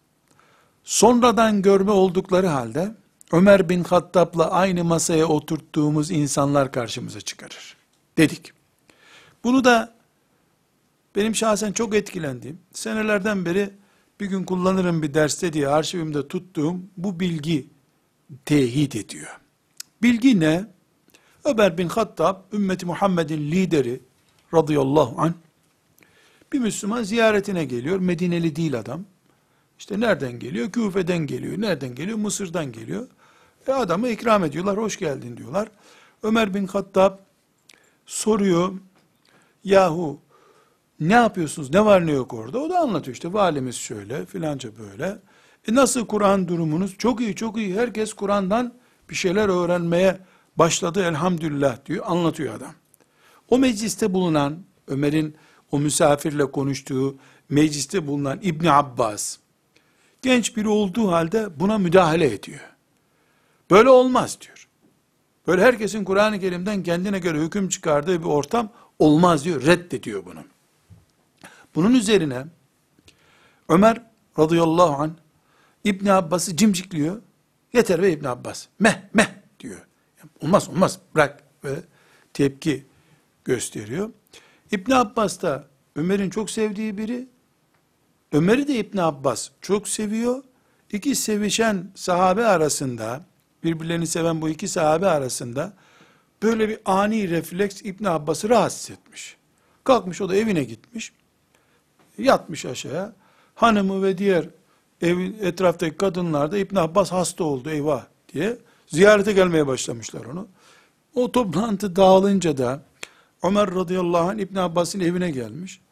sonradan görme oldukları halde, Ömer bin Hattab'la aynı masaya oturttuğumuz insanlar karşımıza çıkarır. Dedik. Bunu da benim şahsen çok etkilendiğim, senelerden beri bir gün kullanırım bir derste diye arşivimde tuttuğum bu bilgi teyit ediyor. Bilgi ne? Ömer bin Hattab, ümmeti Muhammed'in lideri radıyallahu anh, bir Müslüman ziyaretine geliyor. Medineli değil adam. İşte nereden geliyor? Küfe'den geliyor. Nereden geliyor? Mısır'dan geliyor. Adamı ikram ediyorlar. Hoş geldin diyorlar. Ömer bin Hattab soruyor. Yahu ne yapıyorsunuz? Ne var ne yok orada? O da anlatıyor. İşte valimiz şöyle filanca böyle. Nasıl Kur'an durumunuz? Çok iyi, çok iyi. Herkes Kur'an'dan bir şeyler öğrenmeye başladı elhamdülillah diyor. Anlatıyor adam. O mecliste bulunan, Ömer'in o misafirle konuştuğu mecliste bulunan İbni Abbas, genç biri olduğu halde buna müdahale ediyor. Böyle olmaz diyor. Böyle herkesin Kur'an-ı Kerim'den kendine göre hüküm çıkardığı bir ortam olmaz diyor. Reddediyor bunu. Bunun üzerine Ömer radıyallahu anh İbni Abbas'ı cimcikliyor. Yeter be İbni Abbas. Meh diyor. Olmaz bırak. Ve tepki gösteriyor. İbn Abbas da Ömer'in çok sevdiği biri. Ömer'i de İbn Abbas çok seviyor. İki sevişen sahabe arasında, birbirlerini seven bu iki sahabe arasında böyle bir ani refleks İbn Abbas'ı rahatsız etmiş. Kalkmış, o da evine gitmiş. Yatmış aşağıya. Hanımı ve diğer etraftaki kadınlar da İbn Abbas hasta oldu eyvah diye ziyarete gelmeye başlamışlar onu. O toplantı dağılınca da Ömer radıyallahu anh İbn Abbas'ın evine gelmiş.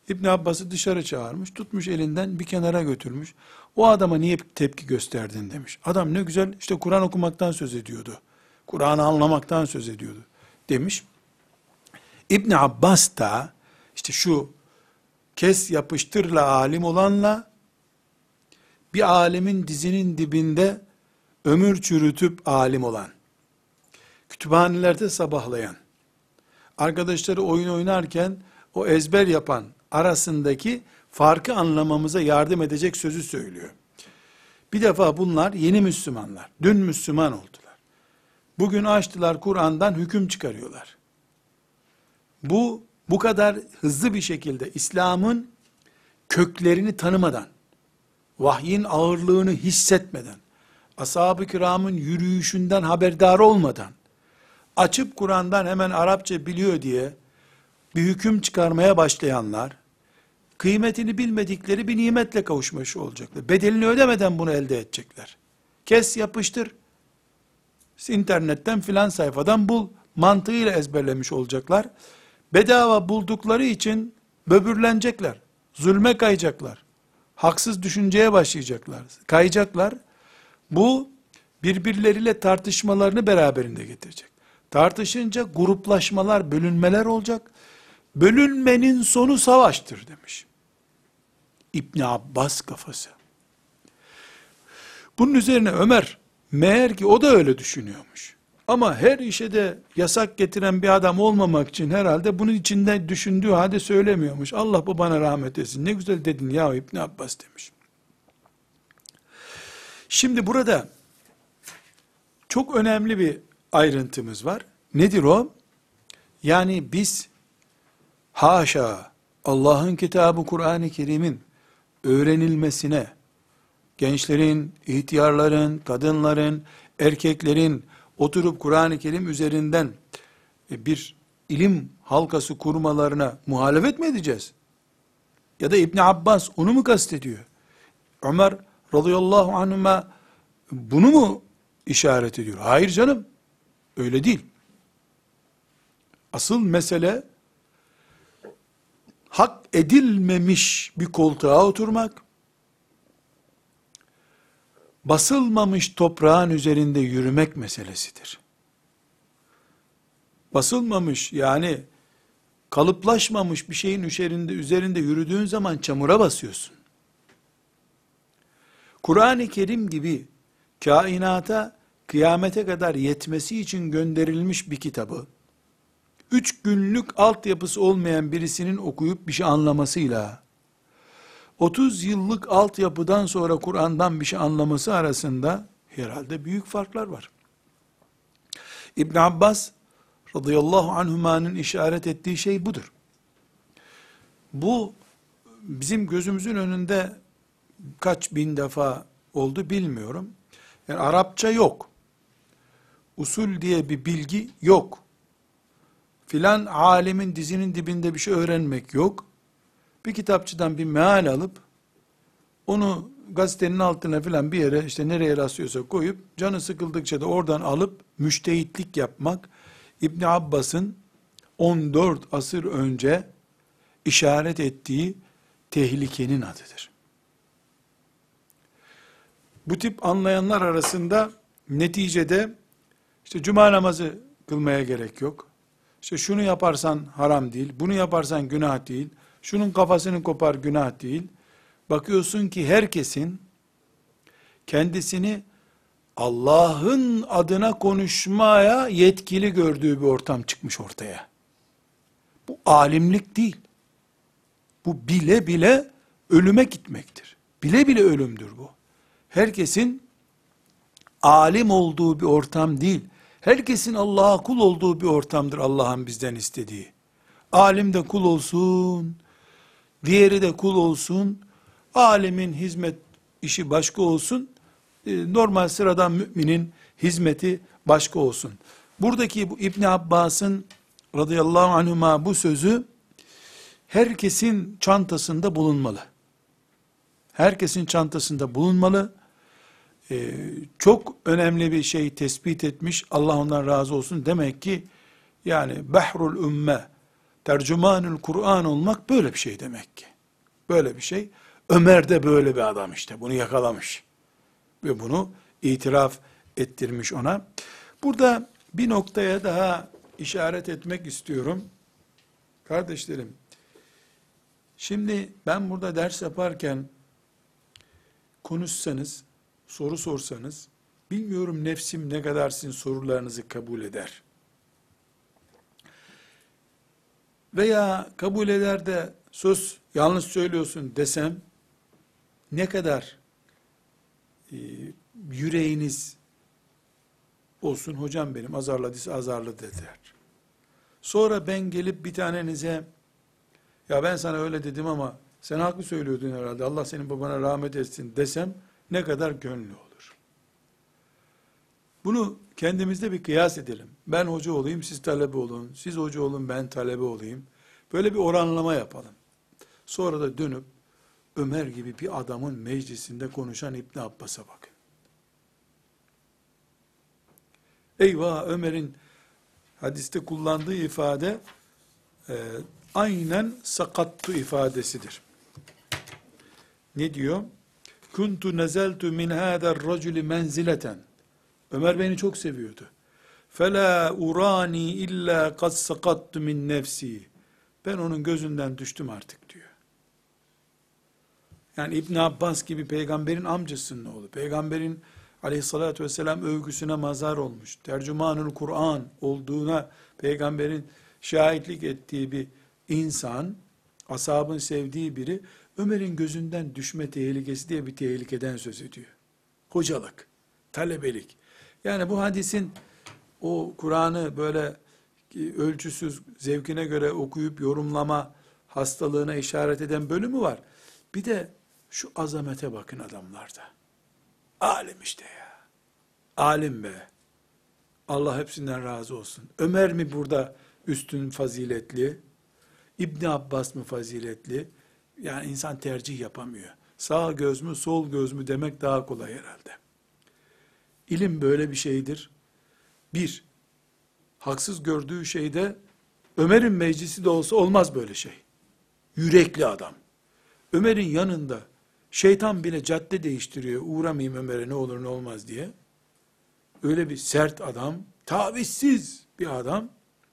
İbn Abbas'ı dışarı çağırmış, tutmuş elinden bir kenara götürmüş. O adama niye tepki gösterdin demiş. Adam ne güzel işte Kur'an okumaktan söz ediyordu. Kur'an'ı anlamaktan söz ediyordu demiş. İbn Abbas da işte şu kes yapıştırla alim olanla bir alemin dizinin dibinde ömür çürütüp alim olan, kütüphanelerde sabahlayan, arkadaşları oyun oynarken o ezber yapan arasındaki farkı anlamamıza yardım edecek sözü söylüyor. Bir defa bunlar yeni Müslümanlar. Dün Müslüman oldular. Bugün açtılar Kur'an'dan hüküm çıkarıyorlar. Bu kadar hızlı bir şekilde İslam'ın köklerini tanımadan, vahyin ağırlığını hissetmeden, ashab-ı kiramın yürüyüşünden haberdar olmadan, açıp Kur'an'dan hemen Arapça biliyor diye bir hüküm çıkarmaya başlayanlar, kıymetini bilmedikleri bir nimetle kavuşmuş olacaklar. Bedelini ödemeden bunu elde edecekler. Kes yapıştır, internetten filan sayfadan bul, mantığıyla ezberlemiş olacaklar. Bedava buldukları için böbürlenecekler, zulme kayacaklar, haksız düşünceye başlayacaklar, kayacaklar. Bu birbirleriyle tartışmalarını beraberinde getirecek. Tartışınca gruplaşmalar, bölünmeler olacak. Bölünmenin sonu savaştır demiş. İbn Abbas kafası. Bunun üzerine Ömer, meğer ki o da öyle düşünüyormuş. Ama her işe de yasak getiren bir adam olmamak için herhalde bunun içinde düşündüğü halde söylemiyormuş. Allah babana rahmet etsin. Ne güzel dedin ya İbn Abbas demiş. Şimdi burada çok önemli bir ayrıntımız var. Nedir o? Yani biz haşa Allah'ın kitabı Kur'an-ı Kerim'in öğrenilmesine, gençlerin, ihtiyarların, kadınların, erkeklerin oturup Kur'an-ı Kerim üzerinden bir ilim halkası kurmalarına muhalefet mi edeceğiz? Ya da İbn Abbas onu mu kastediyor? Ömer radıyallahu anhuma bunu mu işaret ediyor? Hayır canım, öyle değil. Asıl mesele hak edilmemiş bir koltuğa oturmak, basılmamış toprağın üzerinde yürümek meselesidir. Basılmamış yani kalıplaşmamış bir şeyin üzerinde yürüdüğün zaman çamura basıyorsun. Kur'an-ı Kerim gibi kainata kıyamete kadar yetmesi için gönderilmiş bir kitabı, 3 günlük altyapısı olmayan birisinin okuyup bir şey anlamasıyla, 30 yıllık altyapıdan sonra Kur'an'dan bir şey anlaması arasında herhalde büyük farklar var. İbn Abbas radıyallahu anhuma'nın işaret ettiği şey budur. Bu bizim gözümüzün önünde kaç bin defa oldu bilmiyorum. Yani Arapça yok. Usul diye bir bilgi yok. Filan alimin dizinin dibinde bir şey öğrenmek yok. Bir kitapçıdan bir meal alıp onu gazetenin altına filan bir yere işte nereye rastlıyorsa koyup canı sıkıldıkça da oradan alıp müştehitlik yapmak İbn Abbas'ın 14 asır önce işaret ettiği tehlikenin adıdır. Bu tip anlayanlar arasında neticede işte cuma namazı kılmaya gerek yok. İşte şunu yaparsan haram değil, bunu yaparsan günah değil, şunun kafasını kopar günah değil. Bakıyorsun ki herkesin kendisini Allah'ın adına konuşmaya yetkili gördüğü bir ortam çıkmış ortaya. Bu alimlik değil. Bu bile bile ölüme gitmektir. Bile bile ölümdür bu. Herkesin alim olduğu bir ortam değil. Herkesin Allah'a kul olduğu bir ortamdır Allah'ın bizden istediği. Alim de kul olsun, diğeri de kul olsun, alimin hizmet işi başka olsun, normal sıradan müminin hizmeti başka olsun. Buradaki bu İbn Abbas'ın radıyallahu anhuma bu sözü herkesin çantasında bulunmalı. Herkesin çantasında bulunmalı. Çok önemli bir şey tespit etmiş. Allah ondan razı olsun. Demek ki yani Behrul Ümme, Tercümanül Kur'an olmak böyle bir şey demek ki. Böyle bir şey. Ömer de böyle bir adam işte. Bunu yakalamış. Ve bunu itiraf ettirmiş ona. Burada bir noktaya daha işaret etmek istiyorum. Kardeşlerim, şimdi ben burada ders yaparken konuşsanız, soru sorsanız, bilmiyorum nefsim ne kadar sizin sorularınızı kabul eder. Veya kabul eder de sus yanlış söylüyorsun desem, ne kadar yüreğiniz olsun hocam benim azarladıysa azarlı dediler. Sonra ben gelip bir tanenize ya ben sana öyle dedim ama sen haklı söylüyordun herhalde Allah senin babana rahmet etsin desem ne kadar gönlü olur. Bunu kendimizde bir kıyas edelim. Ben hoca olayım siz talebe olun. Siz hoca olun ben talebe olayım. Böyle bir oranlama yapalım. Sonra da dönüp Ömer gibi bir adamın meclisinde konuşan İbn Abbas'a bakın. Eyvah Ömer'in hadiste kullandığı ifade aynen sakattu ifadesidir. Ne diyor? Kuntu nezeltu min hâder raculi menzileten. Ömer beni çok seviyordu. Fela urani illa kad sakattu min nefsi. Ben onun gözünden düştüm artık diyor. Yani İbn Abbas gibi peygamberin amcasının oğlu. Peygamberin aleyhissalatü vesselam övgüsüne mazhar olmuş. Tercümanül Kur'an olduğuna peygamberin şahitlik ettiği bir insan, ashabın sevdiği biri, Ömer'in gözünden düşme tehlikesi diye bir tehlikeden söz ediyor. Hocalık, talebelik. Yani bu hadisin o Kur'an'ı böyle ölçüsüz, zevkine göre okuyup yorumlama hastalığına işaret eden bölümü var. Bir de şu azamete bakın adamlarda. Alim işte ya. Alim be. Allah hepsinden razı olsun. Ömer mi burada üstün faziletli? İbni Abbas mı faziletli? Yani insan tercih yapamıyor. Sağ göz mü, sol göz mü demek daha kolay herhalde. İlim böyle bir şeydir. Bir, haksız gördüğü şeyde Ömer'in meclisi de olsa olmaz böyle şey. Yürekli adam. Ömer'in yanında şeytan bile cadde değiştiriyor. Uğramayayım Ömer'e ne olur ne olmaz diye. Öyle bir sert adam, tavizsiz bir adam.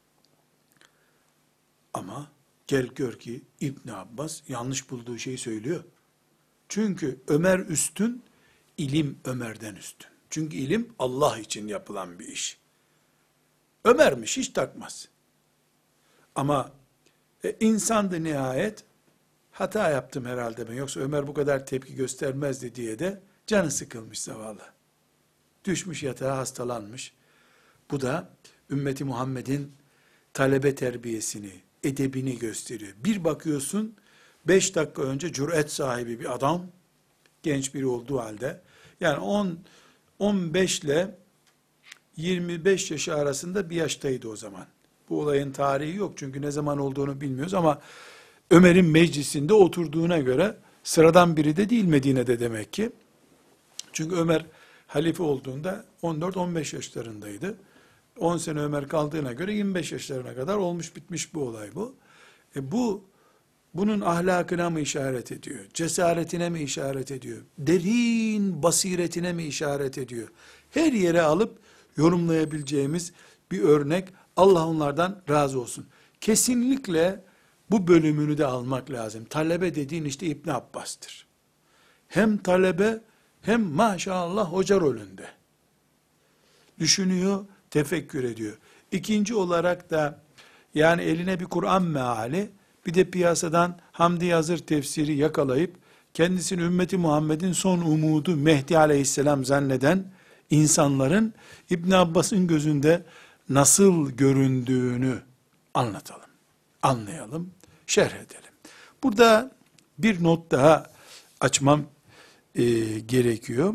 Ama gel gör ki İbn Abbas yanlış bulduğu şeyi söylüyor. Çünkü Ömer üstün, ilim Ömer'den üstün. Çünkü ilim Allah için yapılan bir iş. Ömer'miş hiç takmaz. Ama insandı nihayet, hata yaptım herhalde ben, yoksa Ömer bu kadar tepki göstermezdi diye de canı sıkılmış zavallı. Düşmüş yatağa hastalanmış. Bu da ümmeti Muhammed'in talebe terbiyesini, edebini gösteriyor. Bir bakıyorsun 5 dakika önce cüret sahibi bir adam, genç biri olduğu halde, yani 15 ile 25 yaşı arasında bir yaştaydı o zaman. Bu olayın tarihi yok çünkü ne zaman olduğunu bilmiyoruz ama Ömer'in meclisinde oturduğuna göre sıradan biri de değil Medine'de demek ki. Çünkü Ömer halife olduğunda 14-15 yaşlarındaydı. 10 sene Ömer kaldığına göre 25 yaşlarına kadar olmuş bitmiş bu olay bu. Bunun ahlakına mı işaret ediyor? Cesaretine mi işaret ediyor? Derin basiretine mi işaret ediyor? Her yere alıp yorumlayabileceğimiz bir örnek. Allah onlardan razı olsun. Kesinlikle bu bölümünü de almak lazım. Talebe dediğin işte İbn Abbas'tır. Hem talebe hem maşallah hoca rolünde. Düşünüyor, tefekkür ediyor. İkinci olarak da yani eline bir Kur'an meali, bir de piyasadan Hamdi Yazır tefsiri yakalayıp kendisini ümmeti Muhammed'in son umudu Mehdi Aleyhisselam zanneden insanların İbn Abbas'ın gözünde nasıl göründüğünü anlatalım, anlayalım, şerh edelim. Burada bir not daha açmam gerekiyor.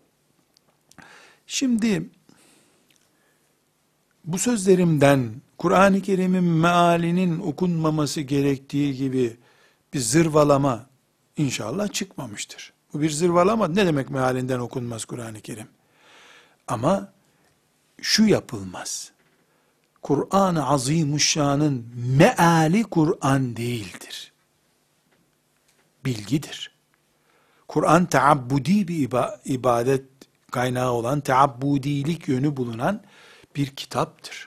Şimdi bu sözlerimden Kur'an-ı Kerim'in mealinin okunmaması gerektiği gibi bir zırvalama inşallah çıkmamıştır. Bu bir zırvalama, ne demek mealinden okunmaz Kur'an-ı Kerim? Ama şu yapılmaz. Kur'an-ı Azimuşşan'ın meali Kur'an değildir. Bilgidir. Kur'an teabbudi bir ibadet kaynağı olan, teabbudilik yönü bulunan bir kitaptır.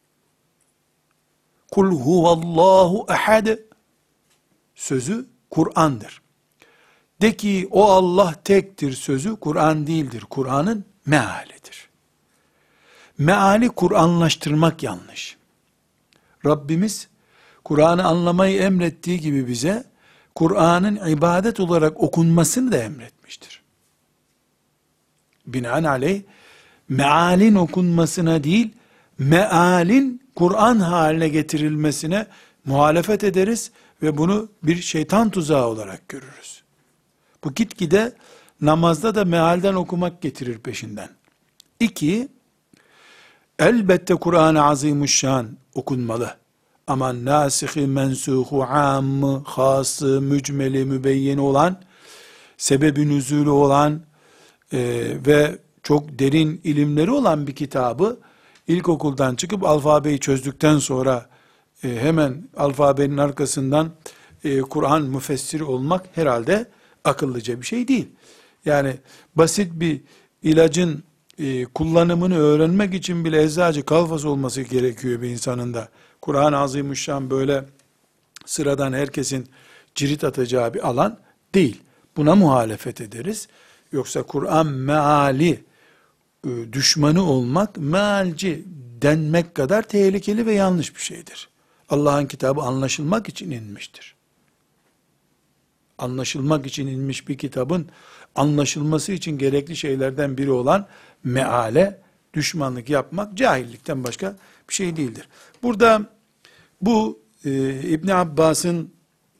Kul huvallahu ehad sözü Kur'an'dır. De ki o Allah tektir sözü Kur'an değildir. Kur'an'ın mealidir. Meali Kur'anlaştırmak yanlış. Rabbimiz Kur'an'ı anlamayı emrettiği gibi bize Kur'an'ın ibadet olarak okunmasını da emretmiştir. Binaenaleyh mealin okunmasına değil, mealin Kur'an haline getirilmesine muhalefet ederiz ve bunu bir şeytan tuzağı olarak görürüz. Bu gitgide namazda da mealden okumak getirir peşinden. 2, elbette Kur'an-ı Azimuşşan okunmalı. Ama nâsih-i mensuhu, ammı, hası, mücmeli, mübeyyeni olan, sebebi nüzulü olan ve çok derin ilimleri olan bir kitabı ilkokuldan çıkıp alfabeyi çözdükten sonra hemen alfabenin arkasından Kur'an müfessiri olmak herhalde akıllıca bir şey değil. Yani basit bir ilacın kullanımını öğrenmek için bile eczacı kalfası olması gerekiyor bir insanın da. Kur'an-ı Azimuşşan böyle sıradan herkesin cirit atacağı bir alan değil. Buna muhalefet ederiz. Yoksa Kur'an meali düşmanı olmak, mealci denmek kadar tehlikeli ve yanlış bir şeydir. Allah'ın kitabı anlaşılmak için inmiştir. Anlaşılmak için inmiş bir kitabın anlaşılması için gerekli şeylerden biri olan meale düşmanlık yapmak cahillikten başka bir şey değildir. Burada bu İbn Abbas'ın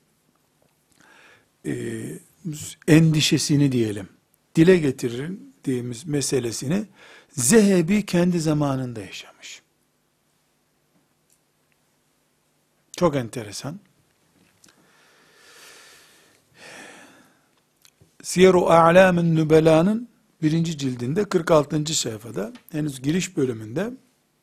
endişesini diyelim, dile getirdiğimiz meselesini Zehebi kendi zamanında yaşamış. Çok enteresan. Siyer-u A'lâmin Nübelâ'nın 1. cildinde 46. sayfada, henüz giriş bölümünde,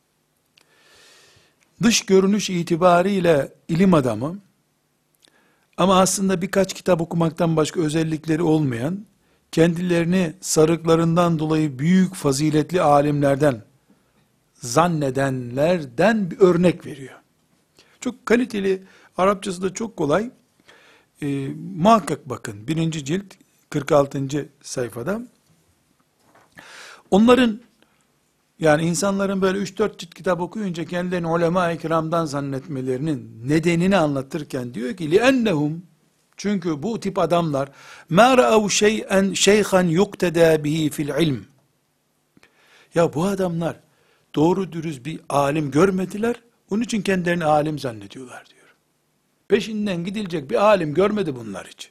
dış görünüş itibariyle ilim adamı ama aslında birkaç kitap okumaktan başka özellikleri olmayan, kendilerini sarıklarından dolayı büyük faziletli alimlerden zannedenlerden bir örnek veriyor. Çok kaliteli, Arapçası da çok kolay. Muhakkak bakın 1. cilt 46. sayfada. Onların, yani insanların böyle 3-4 cilt kitap okuyunca kendilerini ulema-i kiramdan zannetmelerinin nedenini anlatırken diyor ki لِأَنَّهُمْ, çünkü bu tip adamlar مَا رَأَوْ شَيْئًا شَيْخًا يُقْتَدَى بِهِ فِي الْعِلْمِ, ya bu adamlar doğru dürüst bir alim görmediler, onun için kendilerini alim zannediyorlar diyor. Peşinden gidilecek bir alim görmedi bunlar hiç.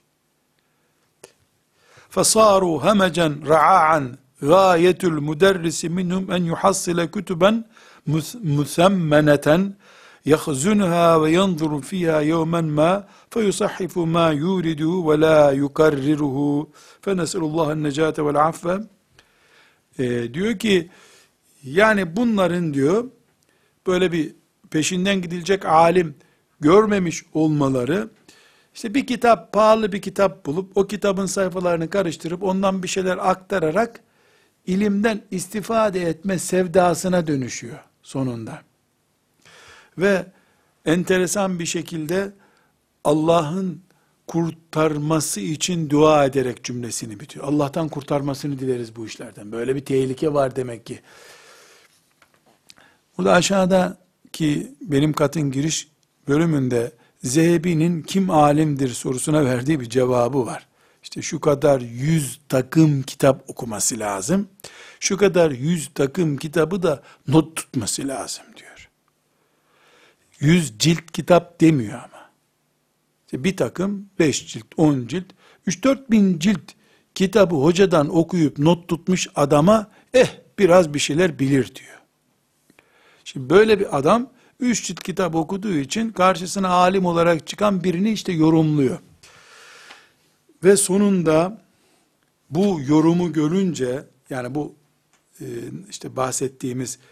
فَصَارُوا هَمَجًا رَعَاعًا غَايَةُ الْمُدَرِّسِ مِنْهُمْ اَنْ يُحَصِّلَ كُتُبًا مُثَمَّنَةً يَخْزُنُهَا وَيَنْظُرُ فِيهَا يَوْمًا مَا فَيُصَحِّفُ مَا يُورِدُهُ وَلَا يُكَرِّرُهُ فَنَسْأَلُ اللّٰهَ النَّجَاةَ وَالْعَفَّ. Diyor ki, yani bunların diyor, böyle bir peşinden gidilecek alim görmemiş olmaları, İşte bir kitap, pahalı bir kitap bulup, o kitabın sayfalarını karıştırıp, ondan bir şeyler aktararak, ilimden istifade etme sevdasına dönüşüyor sonunda. Ve enteresan bir şekilde, Allah'ın kurtarması için dua ederek cümlesini bitiyor. Allah'tan kurtarmasını dileriz bu işlerden. Böyle bir tehlike var demek ki. Bu da aşağıdaki benim katın giriş bölümünde, Zehebi'nin kim alimdir sorusuna verdiği bir cevabı var. İşte şu kadar 100 takım kitap okuması lazım. Şu kadar 100 takım kitabı da not tutması lazım diyor. 100 cilt kitap demiyor ama. İşte bir takım 5 cilt, 10 cilt, 3-4 bin cilt kitabı hocadan okuyup not tutmuş adama biraz bir şeyler bilir diyor. Şimdi böyle bir adam 3 cilt kitap okuduğu için karşısına alim olarak çıkan birini işte yorumluyor. Ve sonunda bu yorumu görünce, yani bu işte bahsettiğimiz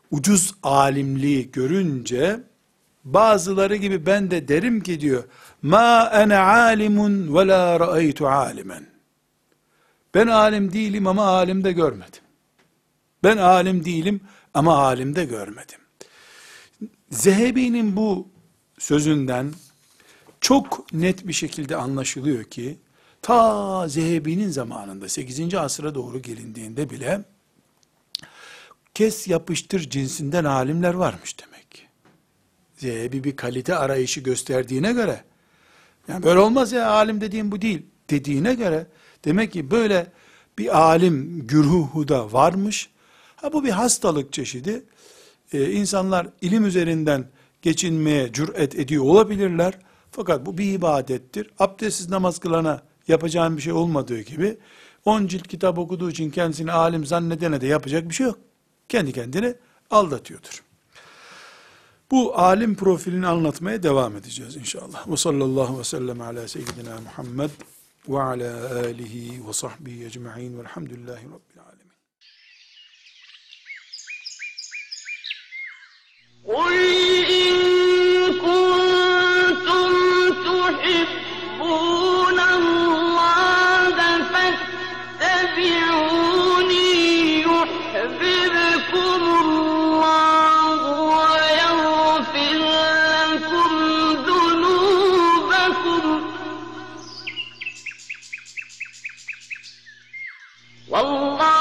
ucuz alimliği görünce bazıları gibi ben de derim ki diyor, ma ene alimun ve la ra'aytu alimen. Ben alim değilim ama alim de görmedim. Ben alim değilim ama alim de görmedim. Zehebi'nin bu sözünden çok net bir şekilde anlaşılıyor ki, ta Zehebi'nin zamanında 8. asıra doğru gelindiğinde bile kes yapıştır cinsinden alimler varmış demek. Zehebi bir kalite arayışı gösterdiğine göre, yani böyle olmaz ya, alim dediğim bu değil dediğine göre, demek ki böyle bir alim güruhu da varmış. Ha, bu bir hastalık çeşidi. İnsanlar ilim üzerinden geçinmeye cüret ediyor olabilirler. Fakat bu bir ibadettir. Abdestsiz namaz kılana yapacağın bir şey olmadığı gibi, 10 cilt kitap okuduğu için kendisini alim zannedene de yapacak bir şey yok. Kendi kendini aldatıyordur. Bu alim profilini anlatmaya devam edeceğiz inşallah. Ve sallallahu ve sellem ala seyyidina Muhammed ve ala alihi ve sahbihi ecma'in velhamdülillahi rabbil alemin. قُلْ إِن كُنتُمْ تُحِبُّونَ اللَّهَ فَاتَّبِعُونِي يُحْبِبْكُمُ اللَّهُ وَيَغْفِرْ لَكُمْ ذُنُوبَكُمْ وَاللَّهُ